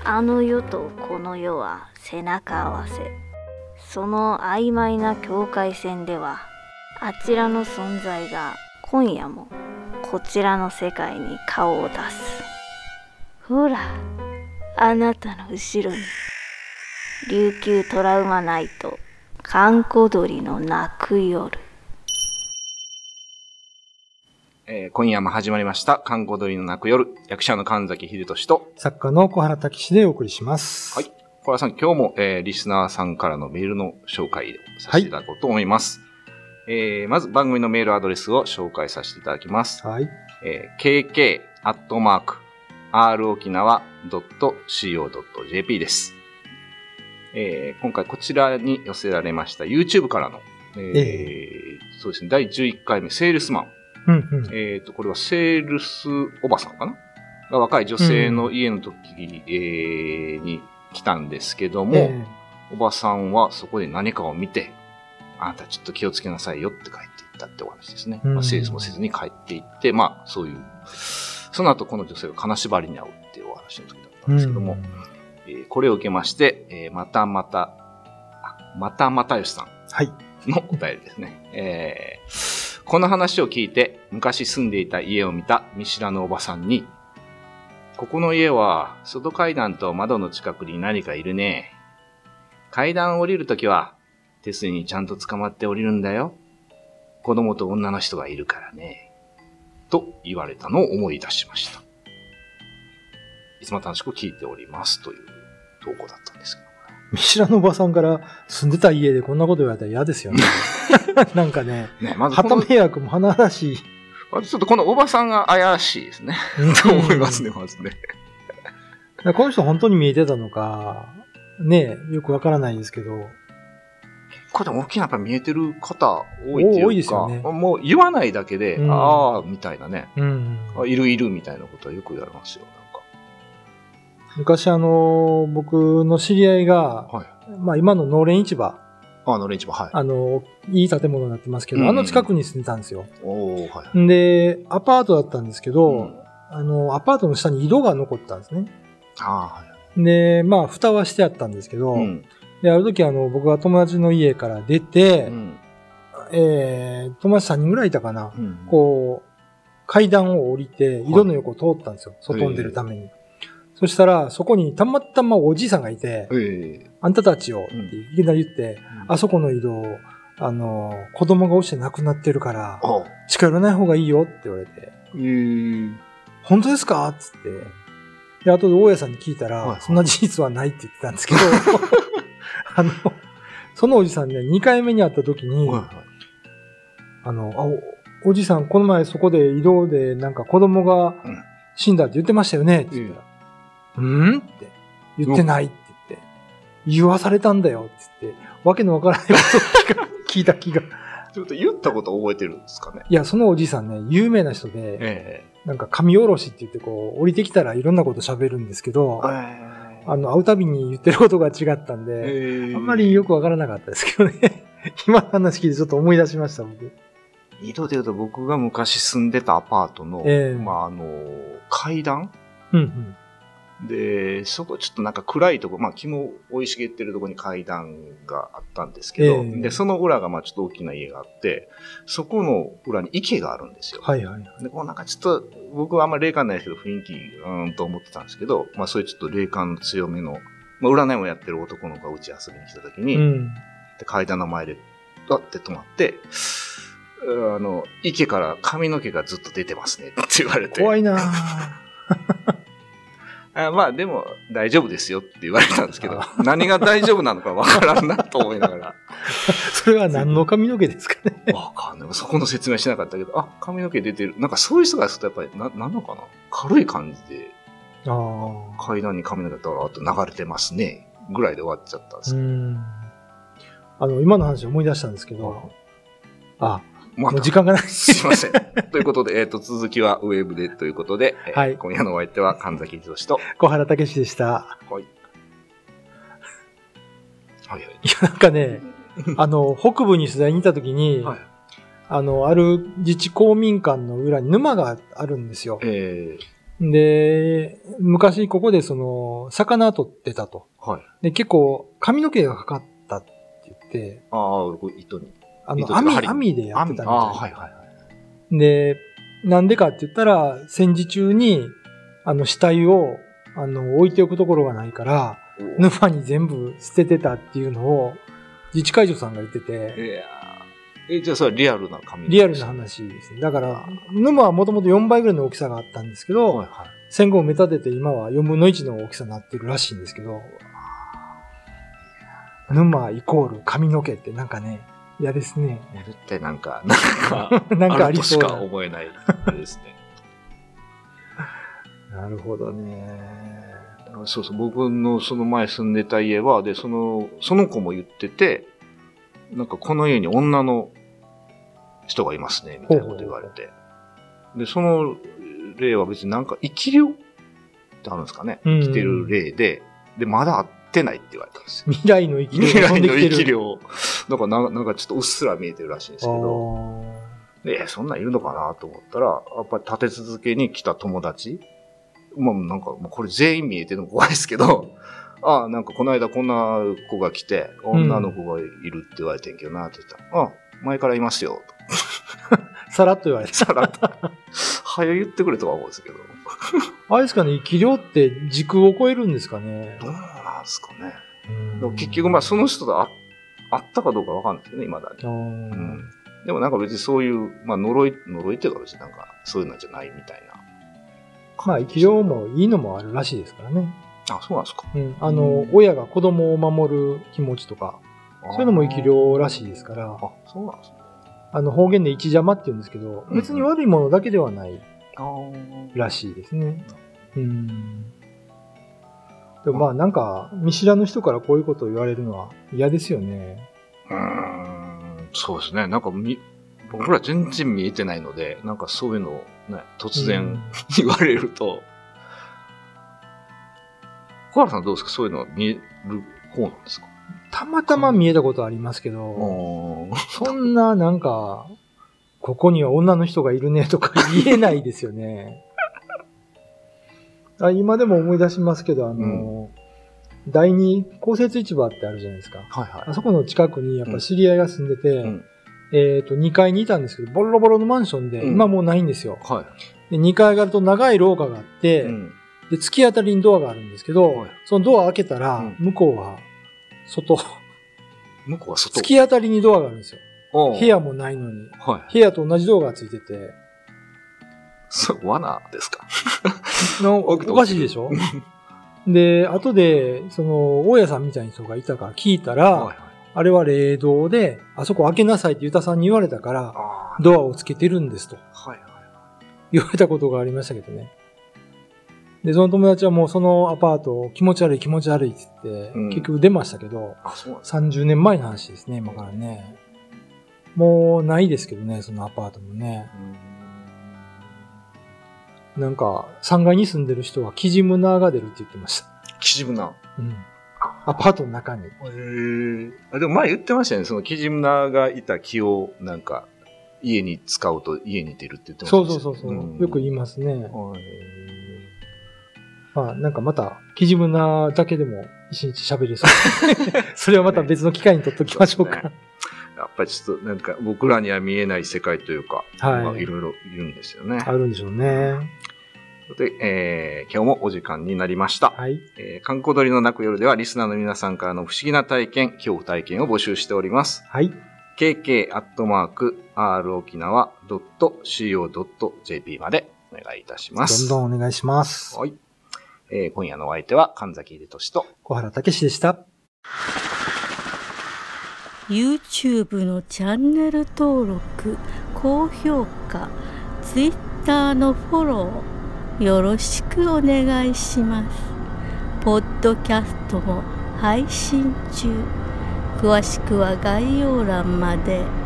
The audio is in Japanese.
あの世とこの世は背中合わせ。その曖昧な境界線では、あちらの存在が今夜もこちらの世界に顔を出す。ほら、あなたの後ろに琉球トラウマナイト、閑古鳥の鳴く夜。 今夜も始まりました閑古鳥の鳴く夜、役者の神崎秀俊と作家の小原武史でお送りします。 はい、小原さん、今日も、リスナーさんからのメールの紹介をさせていただこうと思います。まず番組のメールアドレスを紹介させていただきます。 はい。 kk@rokinawa.co.jp です。今回こちらに寄せられました YouTube からの、そうですね、第11回目セールスマン。これはセールスおばさんかなが若い女性の家の時、に来たんですけども、おばさんはそこで何かを見て、あなたちょっと気をつけなさいよって帰っていったってお話ですね。セールスもせずに帰っていって、そういう、その後この女性が金縛りに遭うっていうお話の時だったんですけども、これを受けまして、またまたよしさんのお便りですね。この話を聞いて、昔住んでいた家を見た見知らぬおばさんに、ここの家は外階段と窓の近くに何かいるね。階段を降りるときは手すりにちゃんと捕まって降りるんだよ。子供と女の人がいるからね。と言われたのを思い出しました。いつも楽しく聞いておりますという投稿だったんですけど。 見知らぬおばさんから住んでた家でこんなこと言われたら嫌ですよね。なんかね、旗迷惑も華々しい。 ちょっとこのおばさんが怪しいですね。と思いますね、まずね。 この人本当に見えてたのか、ね、よくわからないですけど。 これでも大きなやっぱ見えてる方多いっていうか、 多いですよね。 もう言わないだけで、ああ、みたいなね、いるみたいなことはよく言われますよ。 昔僕の知り合いが、今の農連市場。 農連市場、はい。 いい建物になってますけど、近くに住んでたんですよ。で、アパートだったんですけど、アパートの下に井戸が残ったんですね。で、蓋はしてあったんですけど、で、ある時僕が友達の家から出て、友達3人ぐらいいたかな、こう、階段を降りて、井戸の横を通ったんですよ。外に出るために。そしたら、そこにたまたまおじいさんがいて、あんたたちをっていきなり言って、あそこの井戸、子供が落ちて亡くなってるから、近寄らない方がいいよって言われて、本当ですかつって。で、後で大家さんに聞いたら、そんな事実はないって言ってたんですけど、そのおじさんね、2回目に会った時に、おじさん、この前そこで井戸でなんか子供が死んだって言ってましたよねって言ったら、って言ってないって言って、言わされたんだよって言って、わけのわからないことを聞いた気が。 ちょっと言ったこと覚えてるんですかね。 いや、そのおじいさんね、有名な人で、なんか神おろしって言ってこう、降りてきたらいろんなこと喋るんですけど、会うたびに言ってることが違ったんで、あんまりよくわからなかったですけどね。今の話聞いてちょっと思い出しました、僕。 井戸で言うと僕が昔住んでたアパートの、階段、で、そこちょっとなんか暗いとこ、木も生い茂ってるとこに階段があったんですけど、で、その裏がちょっと大きな家があって、そこの裏に池があるんですよ。で、こうなんかちょっと、僕はあんまり霊感ないですけど、雰囲気、と思ってたんですけど、そういうちょっと霊感強めの、占いもやってる男の子がうち遊びに来た時に、で階段の前で、だって止まって、池から髪の毛がずっと出てますねって言われて。 怖いなでも大丈夫ですよって言われたんですけど、何が大丈夫なのかわからんなと思いながら。 それは何の髪の毛ですかね。 わかんない。そこの説明しなかったけど、髪の毛出てる。なんかそういう人がするとやっぱり、なんのかな軽い感じで、階段に髪の毛がと流れてますね。ぐらいで終わっちゃったんですけど。 今の話思い出したんですけど、もう時間がない。 すいません。ということで、続きはウェブでということで、今夜のお相手は神崎秀と小原武史でした。 はい。 いや、なんかね、北部に取材に行った時に、ある自治公民館の裏に沼があるんですよ。 で、昔ここで魚取ってたと。 はい。 で、結構髪の毛がかかったって言って、 糸に。 網でやってたみたいな。 はいはい。 で、なんでかって言ったら、戦時中に、死体を、置いておくところがないから、沼に全部捨ててたっていうのを、自治会長さんが言ってて。 じゃあそれはリアルな紙リアルな話ですね。だから、沼はもともと4倍ぐらいの大きさがあったんですけど、はいはい、戦後を埋め立てて今は4分の1の大きさになってるらしいんですけど、沼イコール髪の毛ってなんかね、嫌ですね。 やるってなんかありそうしか思えないですね。 なるほどね。 そうそう、僕のその前住んでた家は、で、その子も言ってて、なんかこの家に女の人がいますね、みたいなこと言われて。で、その霊は別になんか生き量ってあるんですかね。生きてる霊で、まだ会ってないって言われたんですよ。 未来の生き量。 未来の生き量。なんかちょっとうっすら見えてるらしいんですけど。で、そんなんいるのかなと思ったら、やっぱり立て続けに来た友達。なんか、これ全員見えてるの怖いですけど、なんかこの間こんな子が来て、女の子がいるって言われてんけどなって言ったら、前からいますよ、 と。さらっと言われて。 さらっと。早言ってくれとは思うんですけど。 あれですかね、生き量って時空を超えるんですかね。 どうなんですかね。結局、その人と会ったかどうかわかんないですよね、未だに。でもなんか別にそういう、呪いっていうか別になんかそういうのじゃないみたいな。 生き量もいいのもあるらしいですからね。 そうなんですか。 親が子供を守る気持ちとか、そういうのも生き量らしいですから。 そうなんですね。 方言で一邪魔って言うんですけど、別に悪いものだけではないらしいですね。でもなんか、見知らぬ人からこういうことを言われるのは嫌ですよね。 そうですね。なんか僕ら全然見えてないので、なんかそういうのをね、突然言われると、小原さんどうですか？そういうのは見える方なんですか？ たまたま見えたことありますけど、そんななんか、ここには女の人がいるねとか言えないですよね。今でも思い出しますけど、第二公設市場ってあるじゃないですか。あそこの近くにやっぱ知り合いが住んでて、2階にいたんですけど、ボロボロのマンションで、今もうないんですよ。で2階上がると長い廊下があって、で、突き当たりにドアがあるんですけど、そのドア開けたら、向こうは外。突き当たりにドアがあるんですよ。部屋もないのに。部屋と同じドアがついてて。 罠ですか？ おかしいでしょ？で、後で、大家さんみたいな人がいたから聞いたら、あれは霊道で、あそこ開けなさいってユタさんに言われたから、ドアをつけてるんですと。言われたことがありましたけどね。で、その友達はもうそのアパート気持ち悪いって言って、結局出ましたけど、30年前の話ですね、今からね。もうないですけどね、そのアパートもね。なんか、3階に住んでる人はキジムナーが出るって言ってました。 キジムナー？ アパートの中に。 でも前言ってましたよね、そのキジムナーがいた木をなんか、家に使うと家に出るって言ってましたね。 そう。よく言いますね。なんかまた、キジムナだけでも一日喋れそう。それはまた別の機会にとっときましょうか。 やっぱりちょっとなんか僕らには見えない世界というか、いろいろいるんですよね。 あるんでしょうね。 で、今日もお時間になりました。観光鳥の鳴く夜ではリスナーの皆さんからの不思議な体験、恐怖体験を募集しております。kk@rokinawa.co.jp までお願いいたします。 どんどんお願いします。 今夜のお相手は神崎秀俊と小原武史でした。 YouTube のチャンネル登録、高評価、Twitter のフォローよろしくお願いします。ポッドキャストも配信中。詳しくは概要欄まで。